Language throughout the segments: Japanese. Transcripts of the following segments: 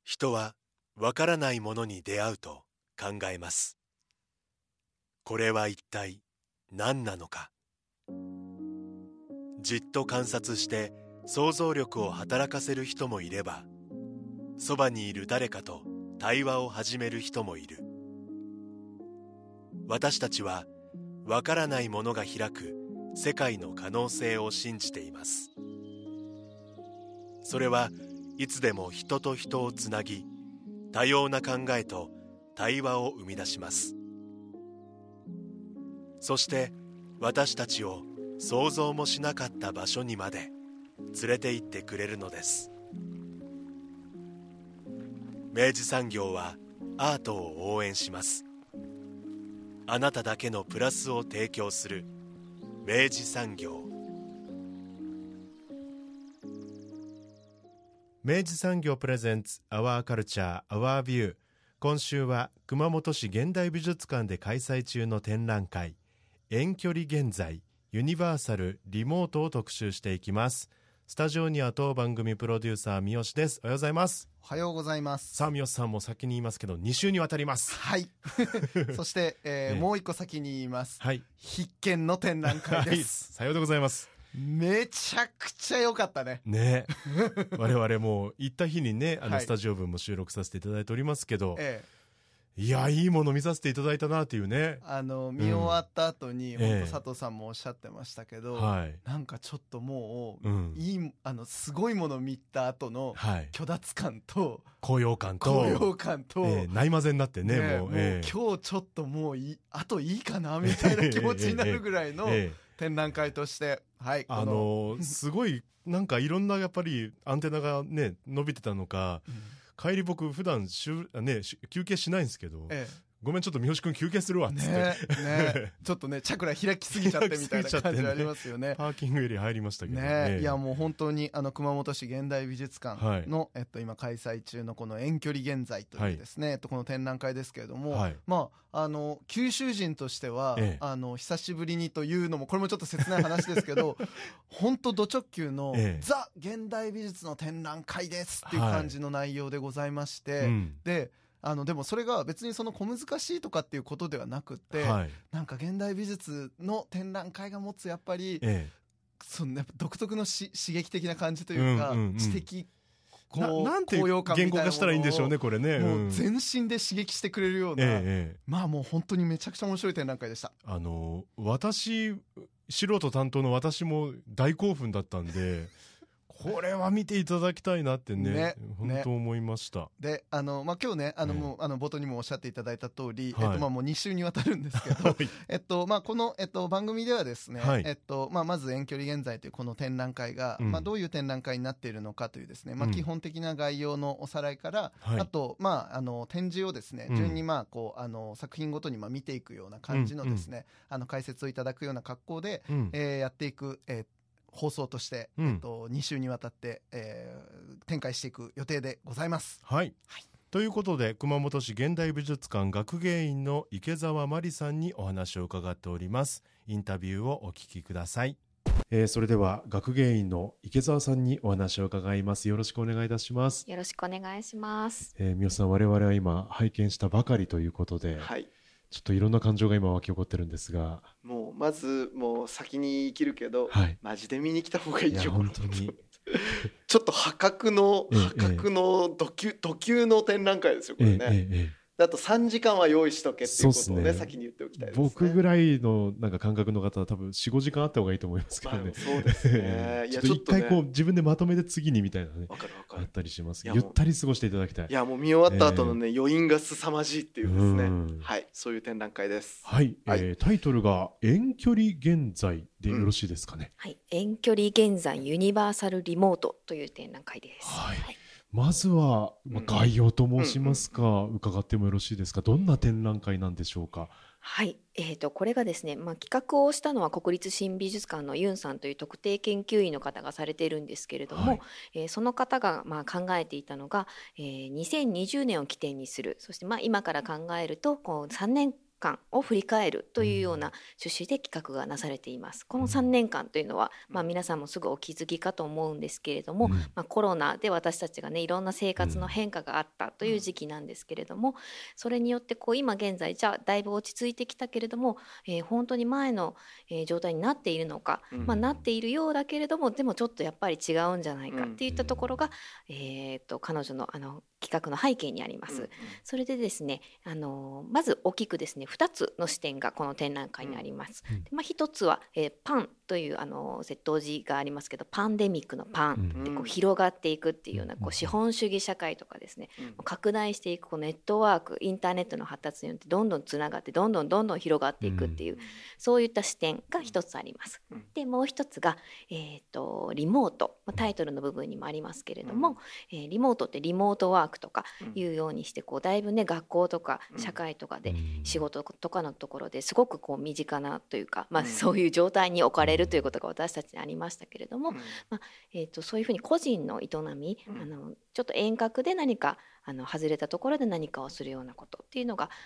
人はわからないものに出会うと考えます。これは一体何なのか。じっと観察して想像力を働かせる人もいれば、そばにいる誰かと対話を始める人もいる。私たちはわからないものが開く世界の可能性を信じています。それはいつでも人と人をつなぎ、多様な考えと対話を生み出します。そして私たちを想像もしなかった場所にまで連れて行ってくれるのです。明治産業はアートを応援します。あなただけのプラスを提供する明治産業。 明治産業プレゼンツアワーカルチャーアワービュー。今週は熊本市現代美術館で開催中の展覧会、遠距離現在ユニバーサルリモートを特集していきます。スタジオには当番組プロデューサー三好です。おはようございます。 おはようございます。 さあ三好さんも先に言いますけど2週にわたります。 はいそして、もう一個先に言います、 はい、 必見の展覧会です、 はい、さようでございます。 めちゃくちゃ良かったね。 ね我々も行った日にねはい、 スタジオ分も収録させていただいておりますけど、 えいやいいもの見させていただいたなっていうね。 見終わった後に、本当佐藤さんもおっしゃってましたけど、 はい、 なんかちょっともう、 いいすごいものを見た後の虚脱感と、 高揚感と、ないまぜになってね、もう今日ちょっともうあといいかなみたいな気持ちになるぐらいの展覧会として、はい、 すごいなんかいろんなやっぱりアンテナがね伸びてたのか、帰り僕普段休憩しないんですけど、ごめんちょっと三好君休憩するわっつって、 ちょっとねチャクラ開きすぎちゃってみたいな感じありますよね。 パーキングエリア入りましたけどいやもう本当に熊本市現代美術館の、今開催中のこの遠距離現在というですね、この展覧会ですけれども、九州人としては、久しぶりにというのもこれもちょっと切ない話ですけど本当ド直球の、ザ現代美術の展覧会ですっていう感じの内容でございまして、でもそれが別にその小難しいとかっていうことではなくて、なんか現代美術の展覧会が持つやっぱり、そのやっぱ独特の刺激的な感じというか、知的なんて言語化したらいいんでしょうねこれね、 もう全身で刺激してくれるような、もう本当にめちゃくちゃ面白い展覧会でした。 私素人担当の私も大興奮だったんでこれは見ていただきたいなってね本当思いました。 で今日ねもう冒頭にもおっしゃっていただいた通り、もう2週にわたるんですけど、この、番組ではですね、まず遠距離現在というこの展覧会が、どういう展覧会になっているのかというですね、基本的な概要のおさらいから、あと展示をですね順に作品ごとに見ていくような感じのですね、解説をいただくような格好で、やっていく放送として、2週にわたって、展開していく予定でございます。 ということで熊本市現代美術館学芸員の池澤真理さんにお話を伺っております。インタビューをお聞きください。それでは学芸員の池澤さんにお話を伺います。よろしくお願いいたします。 よろしくお願いします。 三好さん、我々は今拝見したばかりということで、ちょっといろんな感情が今湧き起こってるんですが、 まず先に生きるけど、マジで見に来た方がいいよ。 本当にちょっと破格のド級の展覧会ですよこれね。あと3時間は用意しとけっていうことをね先に言っておきたいですね。 僕ぐらいのなんか感覚の方は多分 4,5 時間あった方がいいと思いますけどね。 そうですねちょっと一回自分でまとめて次にみたいなねあったりします。ゆったり過ごしていただきたい。 いやもう見終わった後のね、余韻が凄まじいっていうですね、そういう展覧会です。 タイトルが遠距離現在でよろしいですかね。 遠距離現在ユニバーサルリモートという展覧会です。 まずは、概要と申しますか、伺ってもよろしいですか。どんな展覧会なんでしょうか。 これがですね、企画をしたのは国立新美術館のユンさんという特定研究員の方がされているんですけれども、その方が考えていたのが、2020年を起点にする、そして今から考えると3年間を振り返るというような趣旨で企画がなされています。この3年間というのは、皆さんもすぐお気づきかと思うんですけれども、コロナで私たちがねいろんな生活の変化があったという時期なんですけれども、それによって今現在じゃあだいぶ落ち着いてきたけれども、本当に前の、状態になっているのか、なっているようだけれどもでもちょっとやっぱり違うんじゃないかっていったところが、彼女の企画の背景にあります。それでですね、まず大きくですね2つの視点がこの展覧会にあります。で1つは、パンという窃盗字がありますけど、パンデミックのパンで広がっていくっていうような資本主義社会とかですね、拡大していくネットワーク、インターネットの発達によってどんどんつながってどんどん広がっていくっていう、そういった視点が一つあります。でもう一つが、リモート、タイトルの部分にもありますけれども、リモートってリモートワークとかいうようにしてだいぶね学校とか社会とかで仕事とかのところですごく身近なというか、そういう状態に置かれるということが私たちにありましたけれども、そういうふうに個人の営み、ちょっと遠隔で何か外れたところで何かをするようなことっていうのが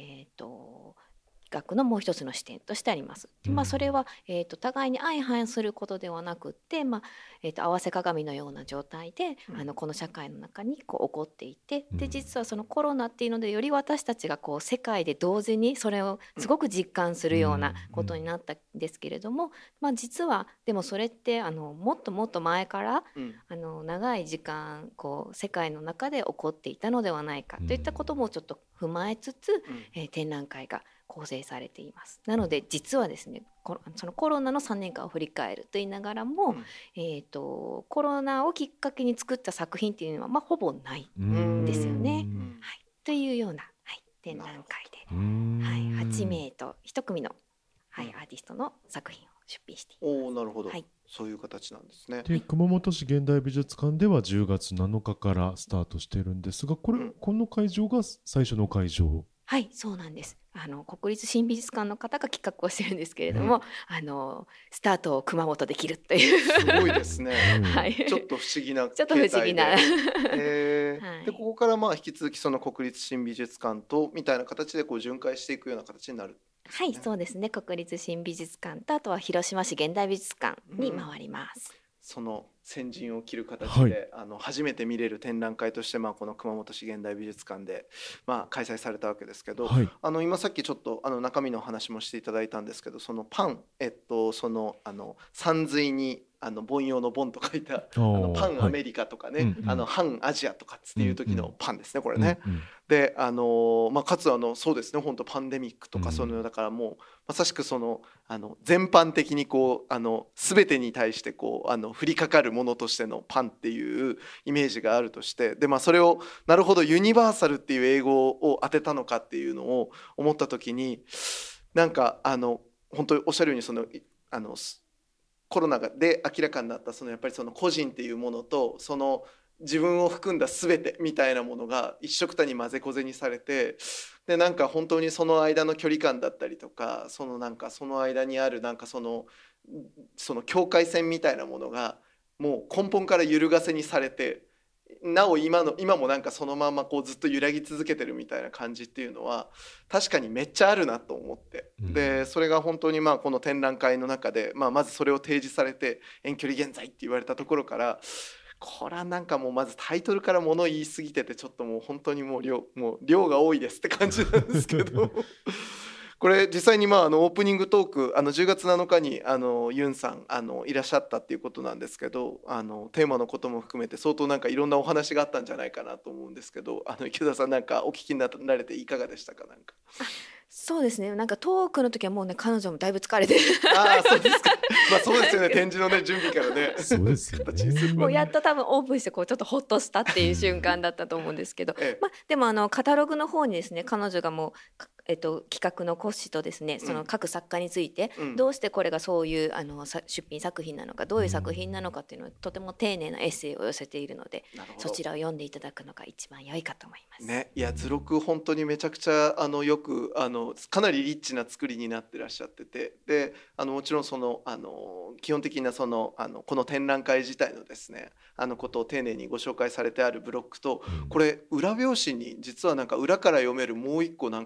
企画のもう一つの視点としてあります。でそれは、互いに相反することではなくって、合わせ鏡のような状態で、この社会の中に起こっていて、で実はそのコロナっていうのでより私たちが世界で同時にそれをすごく実感するようなことになったんですけれども、実はでもそれってもっともっと前から、長い時間世界の中で起こっていたのではないかといったこともちょっと踏まえつつ、展覧会が構成されています。なので実はですね、そのコロナの3年間を振り返ると言いながらも、コロナをきっかけに作った作品っていうのはほぼないんですよね。というような、展覧会で、8名と1組の、アーティストの作品を出品しています。 なるほど、そういう形なんですね。 で熊本市現代美術館では10月7日からスタートしているんですが、この会場が最初の会場？ はい、そうなんです。国立新美術館の方が企画をしてるんですけれども、スタートを熊本できるというすごいですね、ちょっと不思議なちょっと不思議なでここから引き続きその国立新美術館とみたいな形で巡回していくような形になる、 はい、そうですね。国立新美術館とあとは広島市現代美術館に回ります。 その先陣を切る形で、初めて見れる展覧会として、この熊本市現代美術館で、開催されたわけですけど、今さっきちょっと中身の話もしていただいたんですけど、そのパン、その山水に凡庸の凡と書いたパンアメリカとかね、反アジアとかっていう時のパンですね、これね。でかつそうですね、本当パンデミックとかそのだからもうまさしくその全般的に全てに対して降りかかるものとしてのパンっていうイメージがあるとして、でそれをなるほどユニバーサルっていう英語を当てたのかっていうのを思った時に、なんか本当におっしゃるようにそのコロナで明らかになったやっぱりその個人っていうものとその自分を含んだ全てみたいなものが一緒くたに混ぜこぜにされて、でなんか本当にその間の距離感だったりとか、その間にあるその境界線みたいなものがもう根本から揺るがせにされて、なお今もそのままずっと揺らぎ続けてるみたいな感じっていうのは確かにめっちゃあるなと思って、でそれが本当にこの展覧会の中で、まずそれを提示されて遠距離現在って言われたところから、これはもうまずタイトルから物言いすぎてて、ちょっともう本当にもう量が多いですって感じなんですけどこれ実際にオープニングトーク10月7日にユンさんいらっしゃったっていうことなんですけど、テーマのことも含めて相当いろんなお話があったんじゃないかなと思うんですけど、池田さんお聞きになられていかがでしたか？ そうですね、トークの時はもうね彼女もだいぶ疲れてそうですかそうですよね、展示のね準備からねそうですよねもうやっと多分オープンしてちょっとホッとしたっていう瞬間だったと思うんですけど、でもカタログの方にですね、彼女がもう企画の骨子とですね、その各作家について、どうしてこれがそういう出品作品なのか、どういう作品なのかっていうのをとても丁寧なエッセイを寄せているので、そちらを読んでいただくのが一番良いかと思います。 いや図録本当にめちゃくちゃよくかなりリッチな作りになってらっしゃってて、でもちろん基本的なこの展覧会自体のですねことを丁寧にご紹介されてあるブロックと、これ裏表紙に実は裏から読めるもう一個仕掛け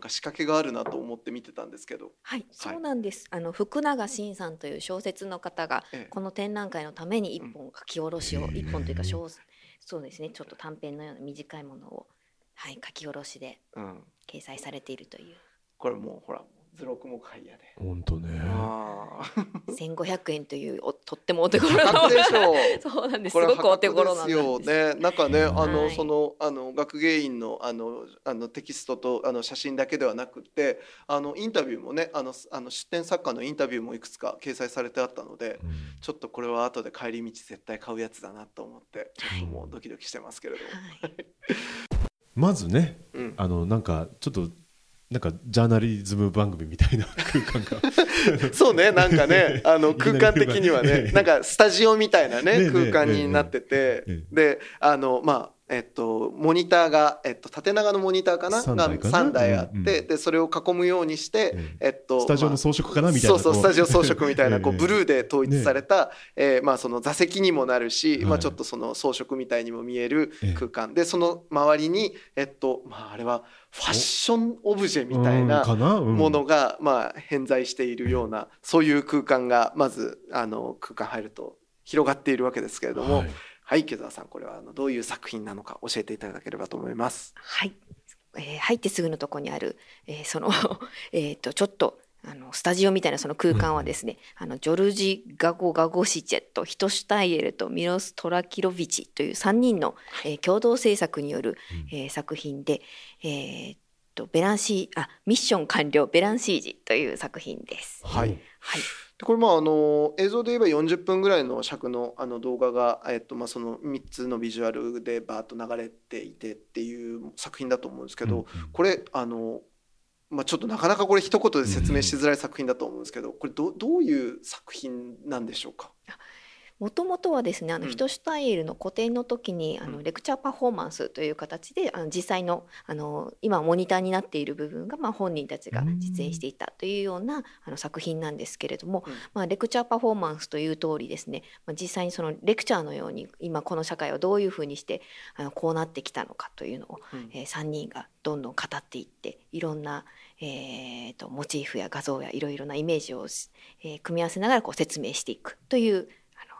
があるなと思って見てたんですけど。 はい、そうなんです。福永伸さんという小説の方がこの展覧会のために一本書き下ろしを、一本というかそうですね、ちょっと短編のような短いものを、はい、書き下ろしで掲載されているという。 これもうほら図録も買いやで。 本当ね。 1500円というとってもお手頃な価格でしょう。 そうなんです。すごくお手頃なんですよね。なんかね、その学芸員のテキストと写真だけではなくて、インタビューもね、出展作家のインタビューもいくつか掲載されてあったので、ちょっとこれは後で帰り道絶対買うやつだなと思って、ちょっともうドキドキしてますけれども。 まずね、なんかちょっとなんかジャーナリズム番組みたいな空間がそうね、なんかね空間的にはねなんかスタジオみたいなね空間になってて、でモニターが、縦長のモニターかなが3台あって、でそれを囲むようにして、 スタジオの装飾かなみたいな、 そうスタジオ装飾みたいなこうブルーで統一された、その座席にもなるし、ちょっとその装飾みたいにも見える空間で、その周りにあれはファッションオブジェみたいなものが偏在しているような、そういう空間がまず空間入ると広がっているわけですけれども、はい、池澤さん、これはどういう作品なのか教えていただければと思います。 はい、入ってすぐのところにある、そのちょっとスタジオみたいなその空間はですね、ジョルジ・ガゴシチェとヒトシュタイエルとミロス・トラキロビチという3人の、共同制作による、作品で、ミッション完了ベランシージという作品です。 はい、はい、これも映像で言えば40分ぐらいの尺の動画が、その3つのビジュアルでバーッと流れていてっていう作品だと思うんですけど、これちょっとなかなかこれ一言で説明しづらい作品だと思うんですけど、これどういう作品なんでしょうか。 もともとはですね、ヒトシュタイエルの個展の時にレクチャーパフォーマンスという形で実際の今モニターになっている部分が本人たちが実演していたというような作品なんですけれども、レクチャーパフォーマンスという通りですね、実際にそのレクチャーのように今この社会はどういうふうにしてこうなってきたのかというのを、3人がどんどん語っていって、いろんなモチーフや画像やいろいろなイメージを、組み合わせながらこう説明していくという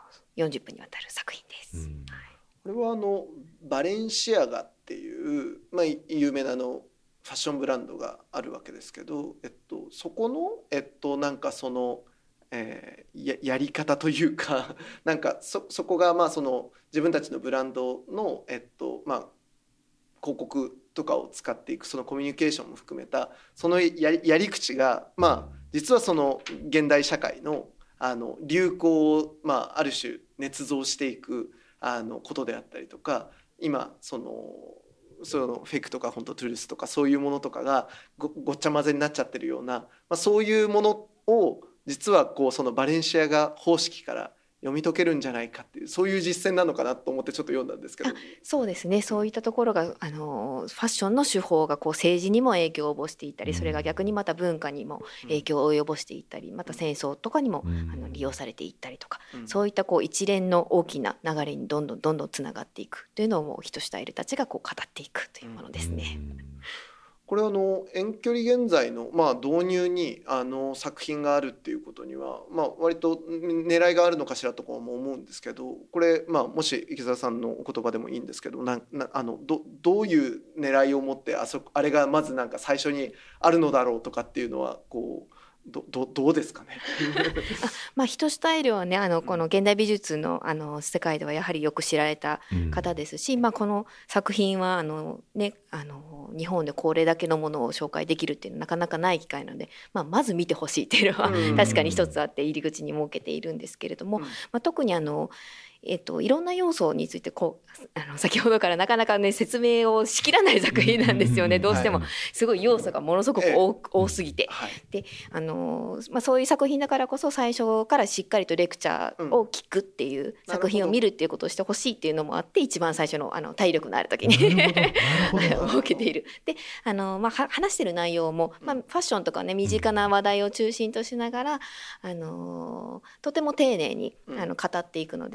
40分にわたる作品です。 これはバレンシアガっていう、有名なファッションブランドがあるわけですけど、そこのなんかその、やり方というかなんかそこがその自分たちのブランドの広告とかを使っていくそのコミュニケーションも含めたそのやり口が実はその現代社会の流行をある種捏造していくことであったりとか、今そのフェイクとか本当トゥルースとかそういうものとかがごっちゃ混ぜになっちゃってるような、そういうものを実はこうそのバレンシアガ方式から読み解けるんじゃないかっていう、そういう実践なのかなと思ってちょっと読んだんですけど。 そうですね、そういったところがファッションの手法がこう政治にも影響を及ぼしていたり、それが逆にまた文化にも影響を及ぼしていったり、また戦争とかにも利用されていったりとか、そういったこう一連の大きな流れにどんどんつながっていくというのをヒトシュタイエルたちがこう語っていくというものですね。 これ遠距離現在の導入に作品があるっていうことには割と狙いがあるのかしらとかも思うんですけど、これもし池澤さんのお言葉でもいいんですけど、どういう狙いを持ってあれがまずなんか最初にあるのだろうとかっていうのはこうどうですかね。 ヒトシュタイエルはねこの現代美術の世界ではやはりよく知られた方ですし、この作品は日本でこれだけのものを紹介できるっていうのはなかなかない機会なので、まず見てほしいっていうのは確かに一つあって入り口に設けているんですけれども、特にいろんな要素について先ほどからなかなかね説明をしきらない作品なんですよね。どうしてもすごい要素がものすごく多すぎて、でそういう作品だからこそ最初からしっかりとレクチャーを聞くっていう、作品を見るっていうことをしてほしいっていうのもあって、一番最初の体力のある時に設けている。で話してる内容も、ファッションとかね身近な話題を中心としながらとても丁寧に語っていくので、皆さん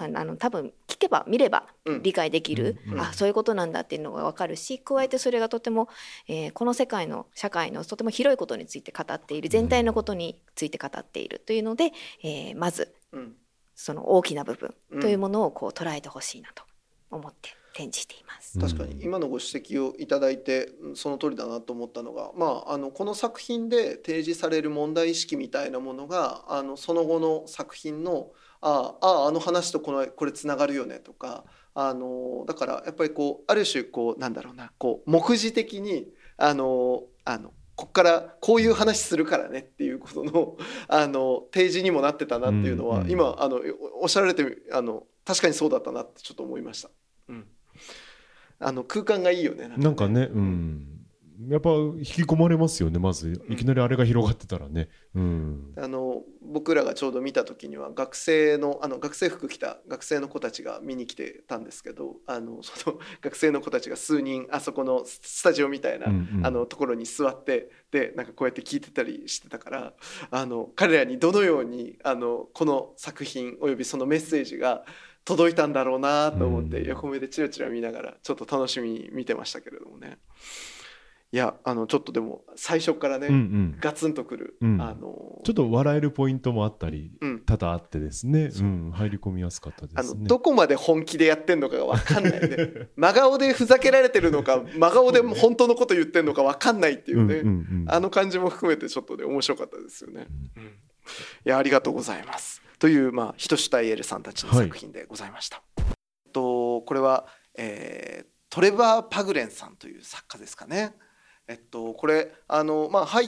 多分聞けば見れば理解できる、そういうことなんだっていうのが分かるし、加えてそれがとても、この世界の社会のとても広いことについて語っている、全体のことについて語っているというので、まず、その大きな部分というものをこう捉えてほしいなと思って展示しています。 確かに今のご指摘をいただいてその通りだなと思ったのが、この作品で提示される問題意識みたいなものがその後の作品のあの話とこれつながるよねとか、だからやっぱりこうある種こうなんだろうな、こう目次的にここからこういう話するからねっていうことの提示にもなってたなっていうのは、今おっしゃられて確かにそうだったなってちょっと思いました。空間がいいよね。 なんかね、やっぱ引き込まれますよね。まずいきなりあれが広がってたらね、 僕らがちょうど見た時には学生服着た学生の子たちが見に来てたんですけど、その学生の子たちが数人あそこのスタジオみたいな、ところに座ってでなんかこうやって聞いてたりしてたから、彼らにどのようにこの作品およびそのメッセージが届いたんだろうなと思って横目でチラチラ見ながらちょっと楽しみに見てましたけれどもね。いやちょっとでも最初からね、ガツンとくる、 ちょっと笑えるポイントもあったり、多々あってですね、入り込みやすかったですね。 どこまで本気でやってんのかが分かんないね真顔でふざけられてるのか真顔で本当のこと言ってんのか分かんないっていうね、感じも含めてちょっとね面白かったですよね。いやありがとうございますというヒトシュタイエルさんたちの作品でございました。これは、トレバー・パグレンさんという作家ですかね。これ入って、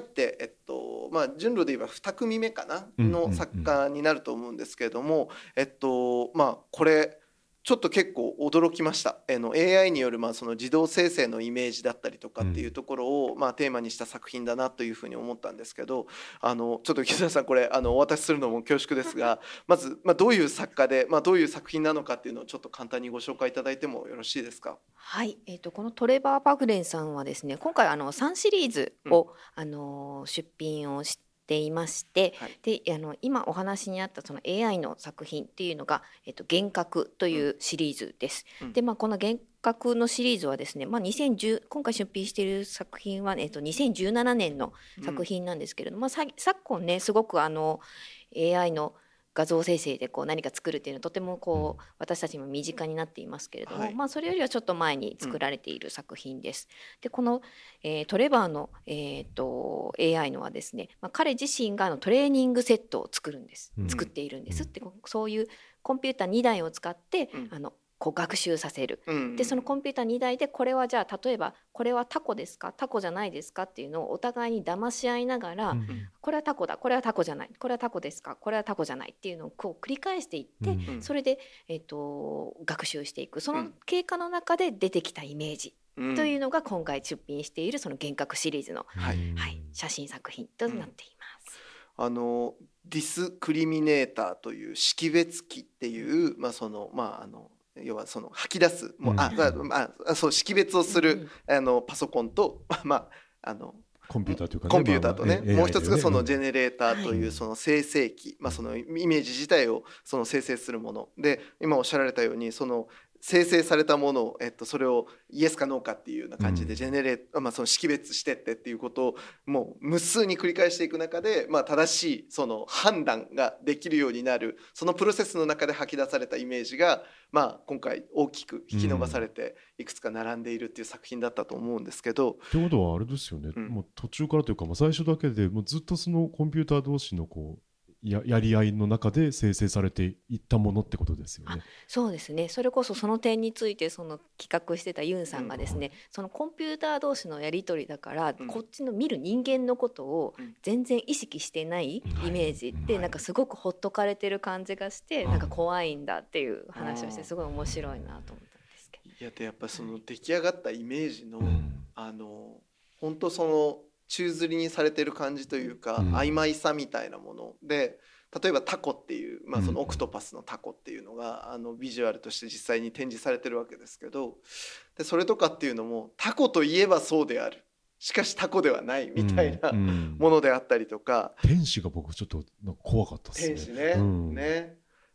順路で言えば2組目かなの作家になると思うんですけれども、これちょっと結構驚きました。AI によるその自動生成のイメージだったりとかっていうところをテーマにした作品だなというふうに思ったんですけど、ちょっと木澤さんこれお渡しするのも恐縮ですが、まずどういう作家で、どういう作品なのかっていうのをちょっと簡単にご紹介いただいてもよろしいですか。 はい、このトレバー・パグレンさんはですね、今回3シリーズを、出品をしていまして、で今お話にあったその AI の作品っていうのが、幻覚というシリーズです。でこの幻覚のシリーズはですね、今回出品している作品は、2017年の作品なんですけれども、昨今ねすごくAI の画像生成で何か作るっていうのはとても私たちも身近になっていますけれども、それよりはちょっと前に作られている作品です。でこの、トレバーの、AI のはですね、彼自身がトレーニングセットを作っているんですって、そういうコンピューター2台を使って、学習させる。でそのコンピューター2台でこれはじゃあ例えばこれはタコですかタコじゃないですかっていうのをお互いに騙し合いながら、これはタコだこれはタコじゃないこれはタコですかこれはタコじゃないっていうのを繰り返していって、それで、学習していく。その経過の中で出てきたイメージというのが今回出品しているその幻覚シリーズの、写真作品となっています。 ディスクリミネーターという識別機っていう要はその吐き出すそう識別をするパソコンとコンピューターというかね、 コンピューターとね、もう一つがそのジェネレーターというその生成器、そのイメージ自体をその生成するもので、今おっしゃられたようにその生成されたものを、それをイエスかノーかっていうような感じでジェネレート、その識別してっていうことをもう無数に繰り返していく中で、正しいその判断ができるようになる、そのプロセスの中で吐き出されたイメージが、今回大きく引き伸ばされていくつか並んでいるっていう作品だったと思うんですけど。 ってことはあれですよね、もう途中からというか、最初だけでもうずっとそのコンピューター同士のやり合いの中で生成されていったものってことですよね。 そうですね。それこそその点についてその企画してたユンさんがですね、そのコンピューター同士のやり取りだから、こっちの見る人間のことを全然意識してないイメージってなんかすごくほっとかれてる感じがして、なんか怖いんだっていう話をしてすごい面白いなと思ったんですけど。 いやでやっぱその出来上がったイメージの本当その宙吊りにされてる感じというか、曖昧さみたいなもので、例えばタコっていう、そのオクトパスのタコっていうのがビジュアルとして実際に展示されてるわけですけど、でそれとかっていうのもタコといえばそうである、しかしタコではないみたいなものであったりとか、 天使が僕ちょっと怖かったですね。 天使ね、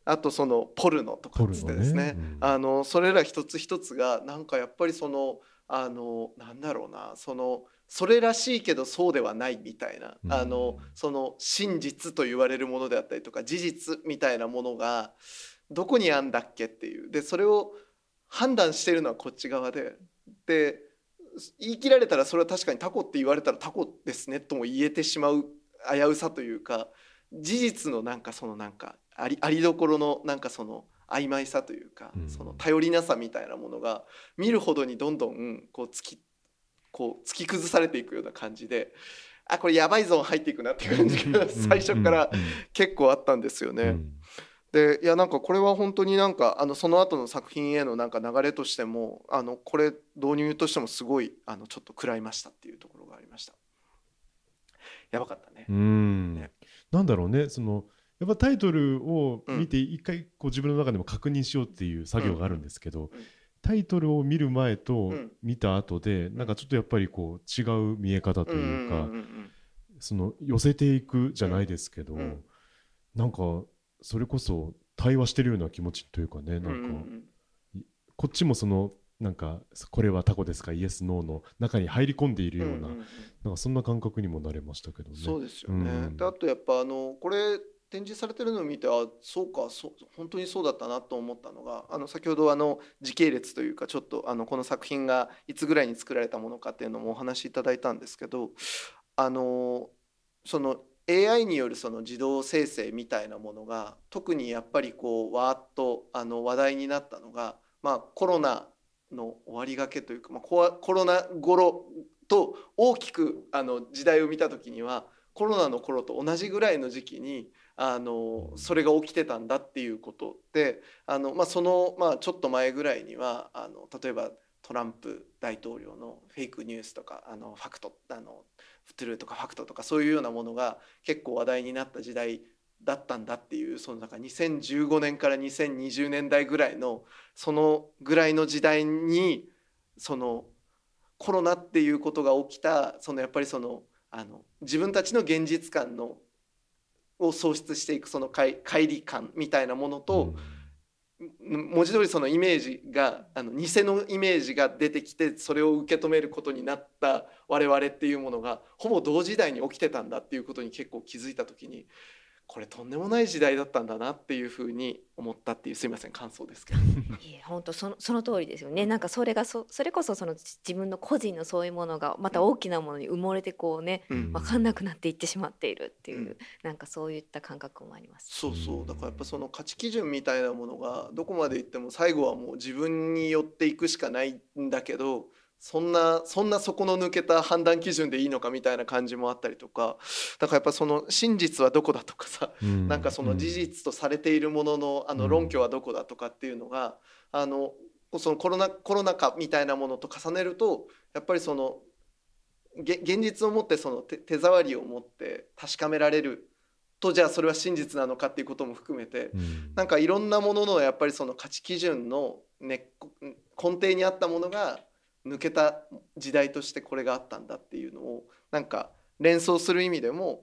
あとそのポルノとかつってですね、それら一つ一つがなんかやっぱりそのなんだろうな、それらしいけどそうではないみたいな、その真実と言われるものであったりとか事実みたいなものがどこにあんだっけっていう、でそれを判断してるのはこっち側で言い切られたらそれは確かにタコって言われたらタコですねとも言えてしまう危うさというか、事実のなんかそのなんかありどころのなんかその曖昧さというか、その頼りなさみたいなものが見るほどにどんどんこう突き崩されていくような感じで、これやばいゾーン入っていくなっていう感じが最初から結構あったんですよね。でいやなんかこれは本当になんかその後の作品へのなんか流れとしてもこれ導入としてもすごいちょっと食らいましたっていうところがありました。やばかったね。 なんだろうね、やっぱタイトルを見て一回こう自分の中でも確認しようっていう作業があるんですけど、タイトルを見る前と見た後でなんかちょっとやっぱりこう違う見え方というか、寄せていくじゃないですけど、なんかそれこそ対話してるような気持ちというかね、なんかこっちもなんかこれはタコですかイエスノーの中に入り込んでいるような、なんかそんな感覚にもなれましたけどね。 そうですよね。であとやっぱこれ展示されてるのを見てそうか本当にそうだったなと思ったのが先ほど時系列というかちょっとこの作品がいつぐらいに作られたものかっていうのもお話しいただいたんですけど、その AI によるその自動生成みたいなものが特にやっぱりこうわーっと話題になったのが、コロナの終わりがけというか、コロナ頃と大きく時代を見た時にはコロナの頃と同じぐらいの時期にそれが起きてたんだっていうことでちょっと前ぐらいには例えばトランプ大統領のフェイクニュースとかファクトトゥルーとかファクトとかそういうようなものが結構話題になった時代だったんだっていう、なんか2015年から2020年代ぐらいのそのぐらいの時代にコロナっていうことが起きたやっぱり自分たちの現実感を喪失していく乖離感みたいなものと、文字通りそのイメージが偽のイメージが出てきてそれを受け止めることになった我々っていうものがほぼ同時代に起きてたんだっていうことに結構気づいた時に、これとんでもない時代だったんだなっていうふうに思ったっていう、すいません感想ですけど本当その通りですよね。なんかそれこそ自分の個人のそういうものがまた大きなものに埋もれてこうね、分かんなくなっていってしまっているっていう、なんかそういった感覚もあります。 だからやっぱその価値基準みたいなものがどこまでいっても最後はもう自分に寄っていくしかないんだけど、そんな底の抜けた判断基準でいいのかみたいな感じもあったりとか、だからやっぱその真実はどこだとかさ、なんかその事実とされているものの論拠はどこだとかっていうのがそのコロナ禍みたいなものと重ねると、やっぱりその現実をもって手触りを持って確かめられると、じゃあそれは真実なのかっていうことも含めて、なんかいろんなもののやっぱりその価値基準の根底にあったものが抜けた時代としてこれがあったんだっていうのをなんか連想する意味でも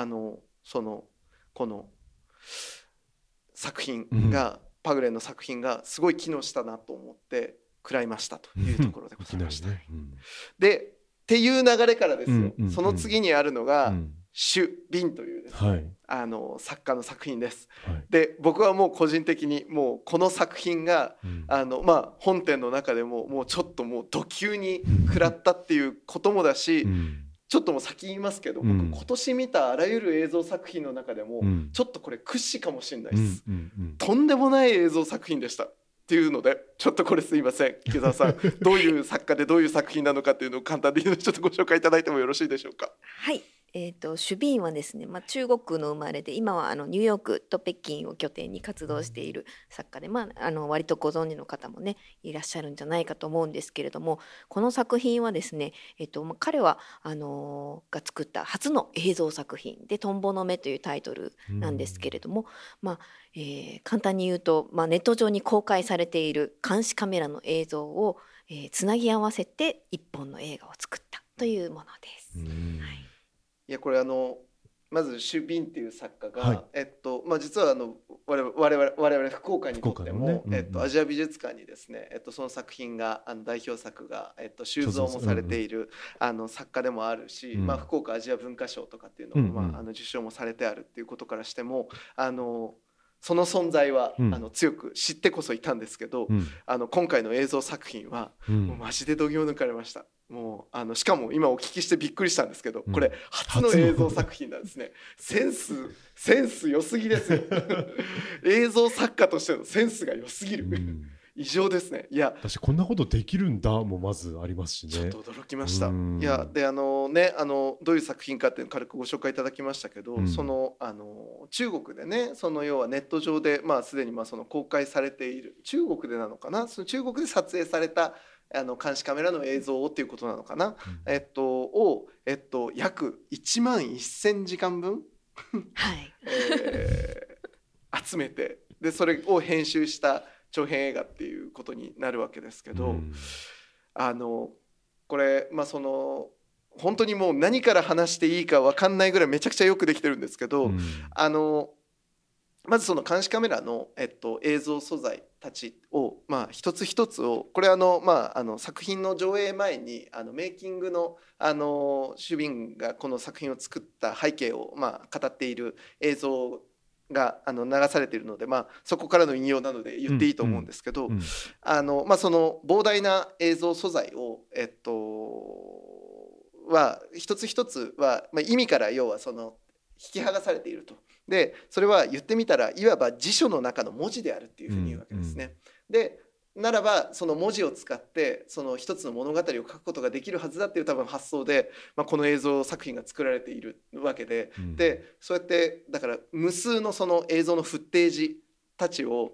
この作品が、パグレンの作品がすごい機能したなと思って食らいましたというところでございました。でっていう流れからですよ、その次にあるのが、シュ・ビンというですね、作家の作品です。で僕はもう個人的にもうこの作品が、本編の中でももうちょっともうド級に食らったっていうこともだし、ちょっともう先言いますけど、僕今年見たあらゆる映像作品の中でも、ちょっとこれ屈指かもしれないです。とんでもない映像作品でしたっていうので、ちょっとこれすいません池澤さんどういう作家でどういう作品なのかっていうのを簡単にちょっとご紹介いただいてもよろしいでしょうか。 はい、シュビーンはですね、中国の生まれで今はニューヨークと北京を拠点に活動している作家で、割とご存知の方もねいらっしゃるんじゃないかと思うんですけれども、この作品はですね、彼はが作った初の映像作品で「トンボの目」というタイトルなんですけれども、簡単に言うと、ネット上に公開されている監視カメラの映像を、つなぎ合わせて一本の映画を作ったというものです。 いやこれまずシュビンっていう作家が、はい、実は我々福岡にとっても、アジア美術館にですね、その作品が代表作が、収蔵もされている、作家でもあるし、福岡アジア文化賞とかっていうのも、受賞もされてあるっていうことからしてもその存在は、強く知ってこそいたんですけど、今回の映像作品は、もうマジで度肝抜かれました。もうしかも今お聞きしてびっくりしたんですけど、これ初の映像作品なんですね。センス良すぎですよ映像作家としてのセンスが良すぎる、異常ですね。いや私こんなことできるんだもまずありますしね。 ちょっと驚きました。いやでどういう作品かっていうのを軽くご紹介いただきましたけど、その中国でね、その要はネット上で、すでにその公開されている、中国でなのかな、その中国で撮影された監視カメラの映像をっていうことなのかな、約1万1000時間分はい集めて、でそれを編集した長編映画っていうことになるわけですけど、これその本当にもう何から話していいか分かんないぐらいめちゃくちゃよくできてるんですけど、まずその監視カメラの、映像素材たちを、一つ一つを、これ作品の上映前にメイキングのシュビンがこの作品を作った背景を語っている映像が流されているので、そこからの引用なので言っていいと思うんですけど、その膨大な映像素材をは一つ一つは、意味から要はその引き剥がされていると。でそれは言ってみたらいわば辞書の中の文字であるっていうふうに言うわけですね。でならばその文字を使ってその一つの物語を書くことができるはずだっていう多分発想で、この映像作品が作られているわけで、でそうやってだから無数のその映像のフッテージたちを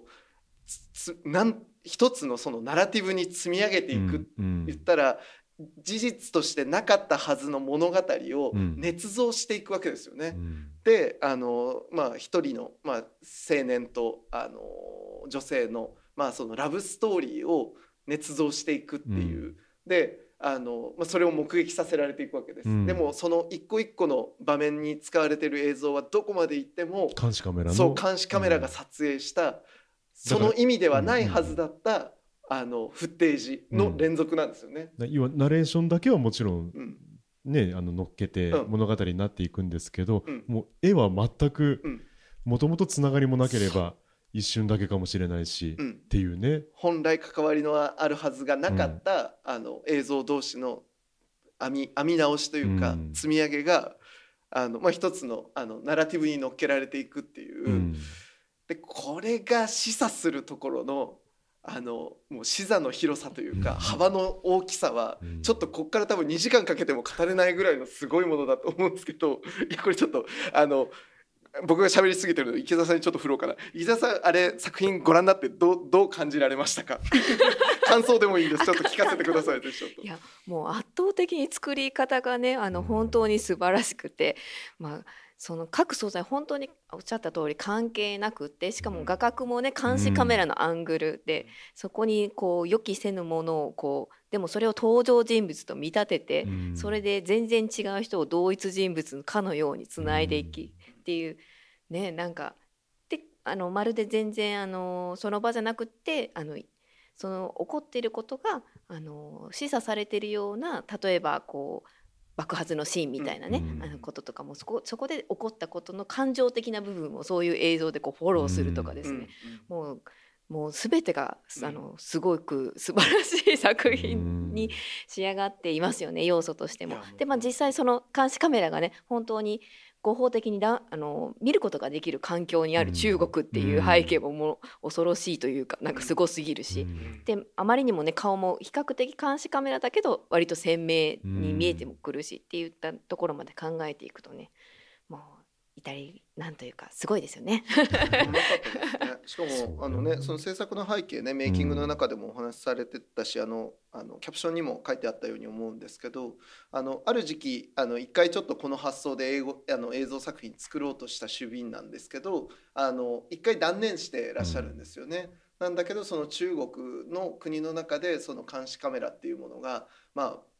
一つのそのナラティブに積み上げていく、言ったら事実としてなかったはずの物語を捏造していくわけですよね。で一人の、青年と女性の、そのラブストーリーを捏造していくっていう、でそれを目撃させられていくわけです。でもその一個一個の場面に使われている映像はどこまで行っても監視カメラが撮影した、その意味ではないはずだった、フッテージの連続なんですよね。 要はナレーションだけはもちろん、乗っけて物語になっていくんですけど、もう絵は全くもともとつながりもなければ一瞬だけかもしれないし、っていうね、 本来関わりのあるはずがなかった、映像同士の編み直しというか、積み上げが一つのナラティブに乗っけられていくっていう、でこれが示唆するところのもう視座の広さというか、幅の大きさはちょっとこっから多分2時間かけても語れないぐらいのすごいものだと思うんですけど、いやこれちょっと僕が喋りすぎてるので池澤さんにちょっと振ろうかな。池澤さんあれ作品ご覧になってどう感じられましたか感想でもいいです。ちょっと聞かせてください。ちょっと。 いやもう圧倒的に作り方がね本当に素晴らしくて、その各素材本当におっしゃった通り関係なくって、しかも画角もね監視カメラのアングルで、そこにこう予期せぬものをでもそれを登場人物と見立てて、それで全然違う人を同一人物かのようにつないでいきっていうね、なんかでまるで全然その場じゃなくってその起こっていることが示唆されているような、例えば爆発のシーンみたいなね、こととかもそこで起こったことの感情的な部分をそういう映像でフォローするとかですね、もう全てがすごく素晴らしい作品に仕上がっていますよね、要素としても。で実際その監視カメラがね本当に合法的に見ることができる環境にある中国っていう背景も恐ろしいというか、なんかすごすぎるし、であまりにもね顔も比較的監視カメラだけど割と鮮明に見えてもくるしっていったところまで考えていくとね、もうなんというかすごいですよね。 しかもその制作の背景ね、メイキングの中でもお話しされてたし、キャプションにも書いてあったように思うんですけど、ある時期一回ちょっとこの発想で映像作品作ろうとしたシュビンなんですけど、一回断念してらっしゃるんですよね。なんだけどその中国の国の中でその監視カメラっていうものが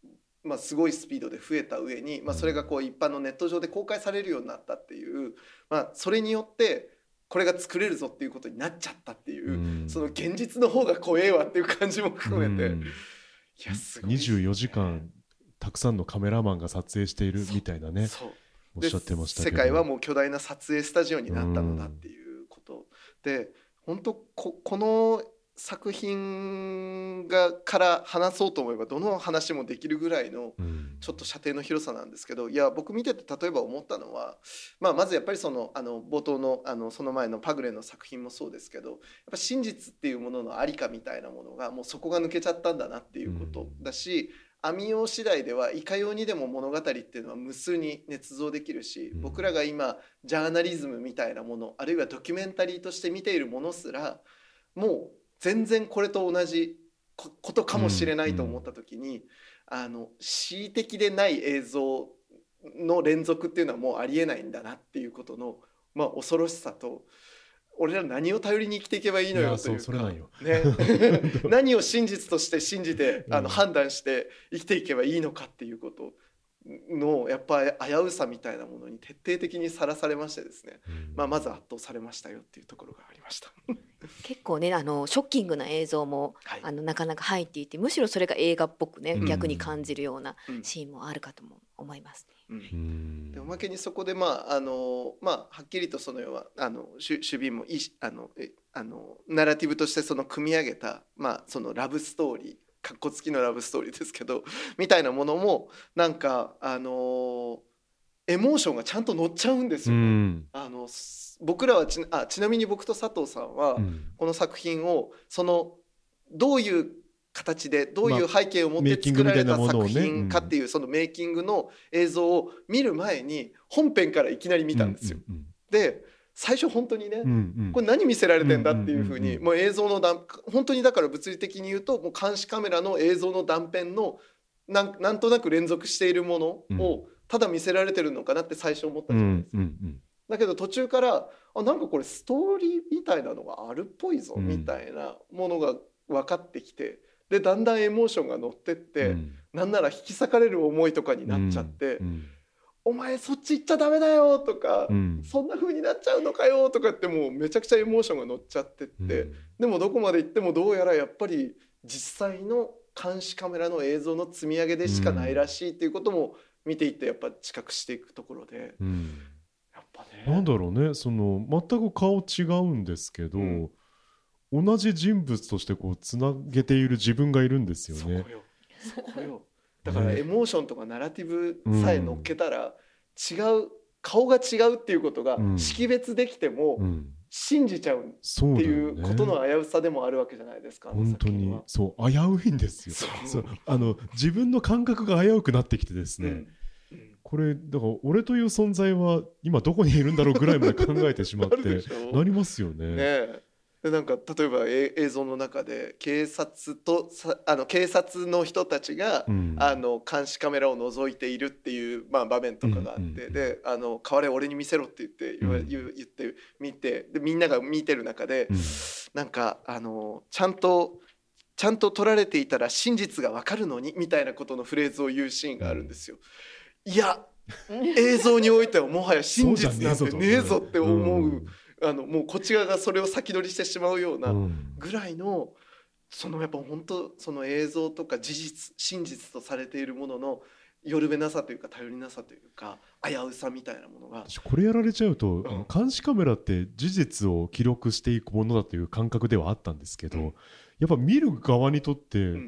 すごいスピードで増えた上に、それがこう一般のネット上で公開されるようになったっていう、それによってこれが作れるぞっていうことになっちゃったっていう、その現実の方が怖えわっていう感じも含めて、いやすごいですね。 24時間たくさんのカメラマンが撮影しているみたいなね、おっしゃってましたけど、 世界はもう巨大な撮影スタジオになったのだっていうことで、本当この作品から話そうと思えばどの話もできるぐらいのちょっと射程の広さなんですけど、いや僕見てて例えば思ったのは、まずやっぱり冒頭のその前のパグレの作品もそうですけど、やっぱ真実っていうもののありかみたいなものがもうそこが抜けちゃったんだなっていうことだし、編みよう次第ではいかようにでも物語っていうのは無数に捏造できるし、僕らが今ジャーナリズムみたいなもの、あるいはドキュメンタリーとして見ているものすらもう全然これと同じことかもしれないと思った時に、恣意的でない映像の連続っていうのはもうありえないんだなっていうことの、恐ろしさと、俺ら何を頼りに生きていけばいいのよというか、何を真実として信じて判断して生きていけばいいのかっていうことのやっぱり危うさみたいなものに徹底的にさらされましてですね、まず圧倒されましたよっていうところがありました結構ねショッキングな映像も、なかなか入っていて、むしろそれが映画っぽくね、逆に感じるようなシーンもあるかとも思いますね。 でおまけにそこではっきりとその要は守備もナラティブとしてその組み上げた、そのラブストーリー、かっこつきのラブストーリーですけどみたいなものもなんかエモーションがちゃんと乗っちゃうんですよね。僕らはちなみに僕と佐藤さんはこの作品をどういう形でどういう背景を持って作られた作品かっていうそのメイキングの映像を見る前に本編からいきなり見たんですよ。で最初本当にね、これ何見せられてんだっていう風に、もう映像の本当にだから物理的に言うともう監視カメラの映像の断片のなんとなく連続しているものをただ見せられてるのかなって最初思ったじゃないですか。だけど途中からなんかこれストーリーみたいなのがあるっぽいぞみたいなものが分かってきて、でだんだんエモーションが乗ってって、なんなら引き裂かれる思いとかになっちゃって、お前そっち行っちゃダメだよとか、そんな風になっちゃうのかよとかってもうめちゃくちゃエモーションが乗っちゃってって、でもどこまで行ってもどうやらやっぱり実際の監視カメラの映像の積み上げでしかないらしいっていうことも見ていってやっぱ知覚していくところで、やっぱね、 なんだろうね、全く顔違うんですけど、同じ人物としてこうつなげている自分がいるんですよね。 そこよだからエモーションとかナラティブさえ乗っけたら、顔が違うっていうことが識別できても信じちゃうっていうことの危うさでもあるわけじゃないですか。 本当にそう危ういんですよ。自分の感覚が危うくなってきてですね、これだから俺という存在は今どこにいるんだろうぐらいまで考えてしまってなりますよね。 でなんか例えば映像の中で警察の人たちが、監視カメラを覗いているっていう、場面とかがあって、で代われ俺に見せろって言って見て、でみんなが見てる中で、なんかちゃんと撮られていたら真実が分かるのにみたいなことのフレーズを言うシーンがあるんですよ。いや映像においてはもはや真実なんてねえぞって思う。もうこっち側がそれを先取りしてしまうようなぐらいの、やっぱ本当その映像とか真実とされているもののよるべなさというか頼りなさというか危うさみたいなものが、 これやられちゃうと、監視カメラって事実を記録していくものだという感覚ではあったんですけど、やっぱ見る側にとって、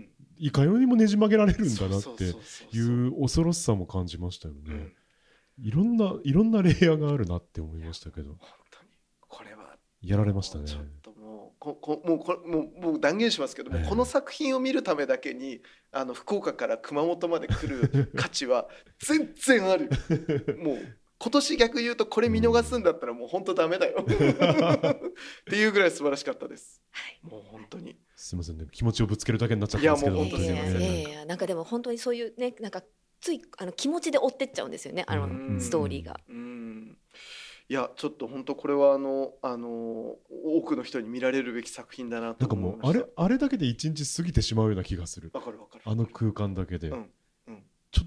いかようにもねじ曲げられるんだなっていう恐ろしさも感じましたよね。いろんなレイヤーがあるなって思いましたけど、 これはやられましたね。 ちょっともう断言しますけども、この作品を見るためだけに福岡から熊本まで来る価値は全然あるもう今年逆言うとこれ見逃すんだったらもう本当ダメだよっていうぐらい素晴らしかったです。もう本当にすみませんね、気持ちをぶつけるだけになっちゃったんですけど。 いやなんかでも本当にそういうね、なんかつい気持ちで追ってっちゃうんですよね、ストーリーが。 いやちょっと本当これは多くの人に見られるべき作品だなと思いました。 あれだけで一日過ぎてしまうような気がする。 わかるあの空間だけで、ちょ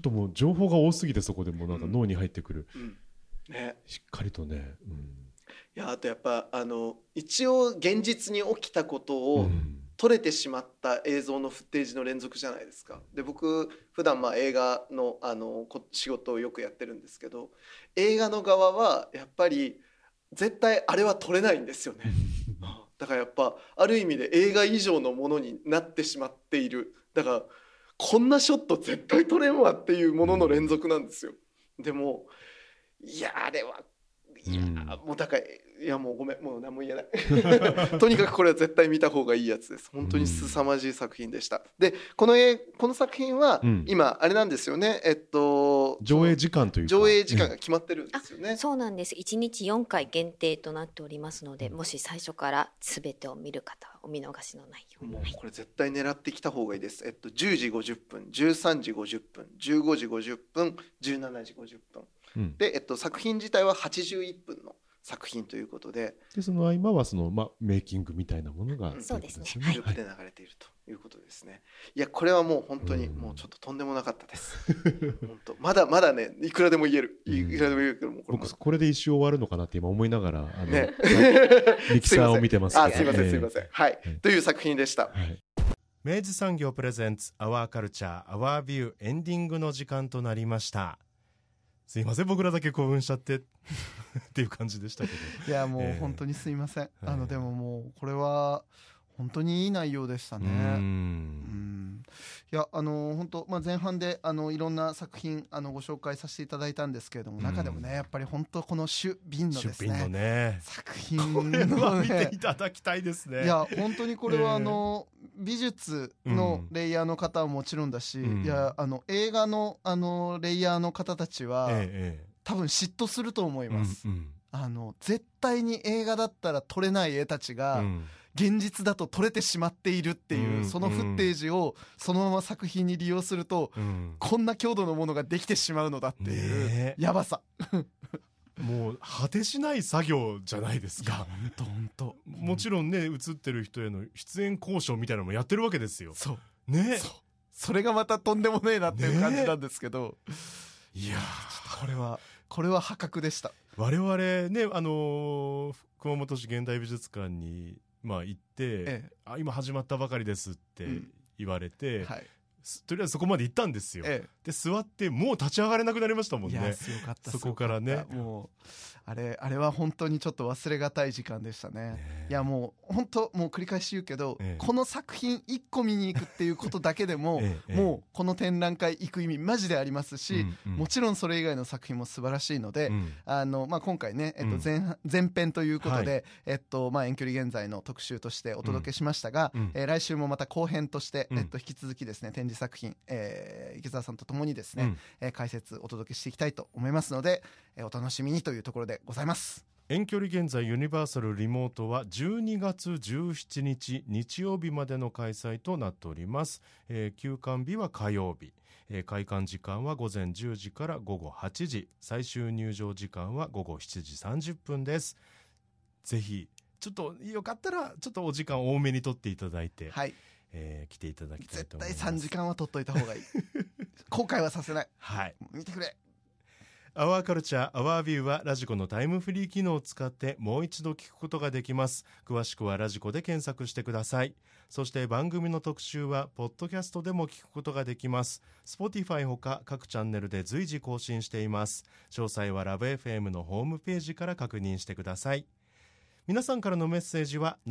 ともう情報が多すぎて、そこでもうなんか脳に入ってくる、 ね、 しっかりとね、 いや、あとやっぱ一応現実に起きたことを撮れてしまった映像のフッテージの連続じゃないですか。で、僕普段映画の仕事をよくやってるんですけど、映画の側はやっぱり絶対あれは撮れないんですよねだからやっぱある意味で映画以上のものになってしまっている。だからこんなショット絶対撮れんわっていうものの連続なんですよ。でもいや、あれはいや、もうだから、いや、もうごめん、もう何も言えないとにかくこれは絶対見た方がいいやつです。本当に凄まじい作品でした。で、この作品は今あれなんですよね、 上映時間というか上映時間が決まってるんですよね。 そうなんです。1日4回限定となっておりますので、もし最初から全てを見る方はお見逃しのないように。 もうこれ絶対狙ってきた方がいいです。10時50分、13時50分、15時50分、17時50分で、作品自体は81分の作品ということで、 その合間はその、メイキングみたいなものが、 そうですね、 ループで流れているということですね。いや、これはもう本当にもうちょっととんでもなかったです本当まだまだね、いくらでも言える、いくらでも言えるけども、 僕これで一周終わるのかなって今思いながらミキサーを見てますけど、 すいませんすいません、はい、という作品でした。 明治産業プレゼンツアワーカルチャーアワービュー、エンディングの時間となりました。すいません、僕らだけ興奮しちゃってっていう感じでしたけど、 いや、もう本当にすいません、でももうこれは本当にいい内容でしたね。いや、本当、前半でいろんな作品ご紹介させていただいたんですけれども、中でもね、やっぱり本当このシュ・ビンのですね、作品の見ていただきたいですね。 いや、本当にこれは美術のレイヤーの方はもちろんだし、いや、映画のレイヤーの方たちは、多分嫉妬すると思います。絶対に映画だったら撮れない絵たちが、現実だと撮れてしまっているっていう、そのフッテージをそのまま作品に利用すると、こんな強度のものができてしまうのだっていうやばさもう果てしない作業じゃないですか。 本当もちろんね、映ってる人への出演交渉みたいなのもやってるわけですよ。 そうね、 それがまたとんでもねえなっていう感じなんですけど、 いやこれは破格でした。 我々ね、熊本市現代美術館に行って、今始まったばかりですって言われて、とりあえずそこまで行ったんですよ。で、座ってもう立ち上がれなくなりましたもんね。 いや、強かった。 そこからね、 もうあれは本当にちょっと忘れがたい時間でしたね。いや、もう本当、もう繰り返し言うけど、この作品1個見に行くっていうことだけでももうこの展覧会行く意味マジでありますし、もちろんそれ以外の作品も素晴らしいので、今回ね、前編ということで、遠距離現在の特集としてお届けしましたが、来週もまた後編として、引き続きですね、展示作品、池澤さんとともにですね、解説お届けしていきたいと思いますので、お楽しみにというところでございます。 遠距離現在ユニバーサルリモートは12月17日日曜日までの開催となっております。休館日は火曜日、開館時間は午前10時から午後8時、最終入場時間は午後7時30分です。ぜひちょっとよかったらちょっとお時間多めに取っていただいて、来ていただきたいと思います。 絶対3時間は取っといた方がいい後悔はさせない。見てくれ。 アワーカルチャーアワービューはラジコのタイムフリー機能を使ってもう一度聞くことができます。詳しくはラジコで検索してください。そして番組の特集はポッドキャストでも聞くことができます。 Spotify ほか各チャンネルで随時更新しています。詳細はラブ FM のホームページから確認してください。皆さんからのメッセージは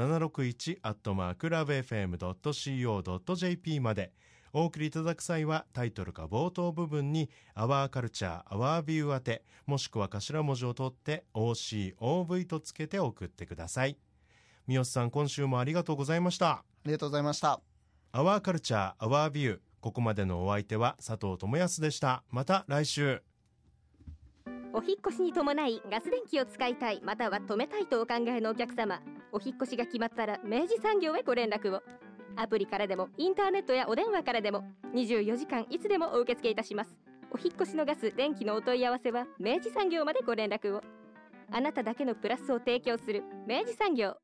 761@lovefm.co.jp まで。お送りいただく際はタイトルか冒頭部分にアワーカルチャーアワービュー宛て、もしくは頭文字を取って OCOV とつけて送ってください。三好さん、今週もありがとうございました。 ありがとうございました。 アワーカルチャーアワービュー、ここまでのお相手は佐藤智康でした。また来週。 お引越しに伴いガス電気を使いたい、または止めたいとお考えのお客様、お引越しが決まったら明治産業へご連絡を。アプリからでもインターネットやお電話からでも24時間いつでもお受け付けいたします。お引越しのガス電気のお問い合わせは明治産業までご連絡を。あなただけのプラスを提供する明治産業。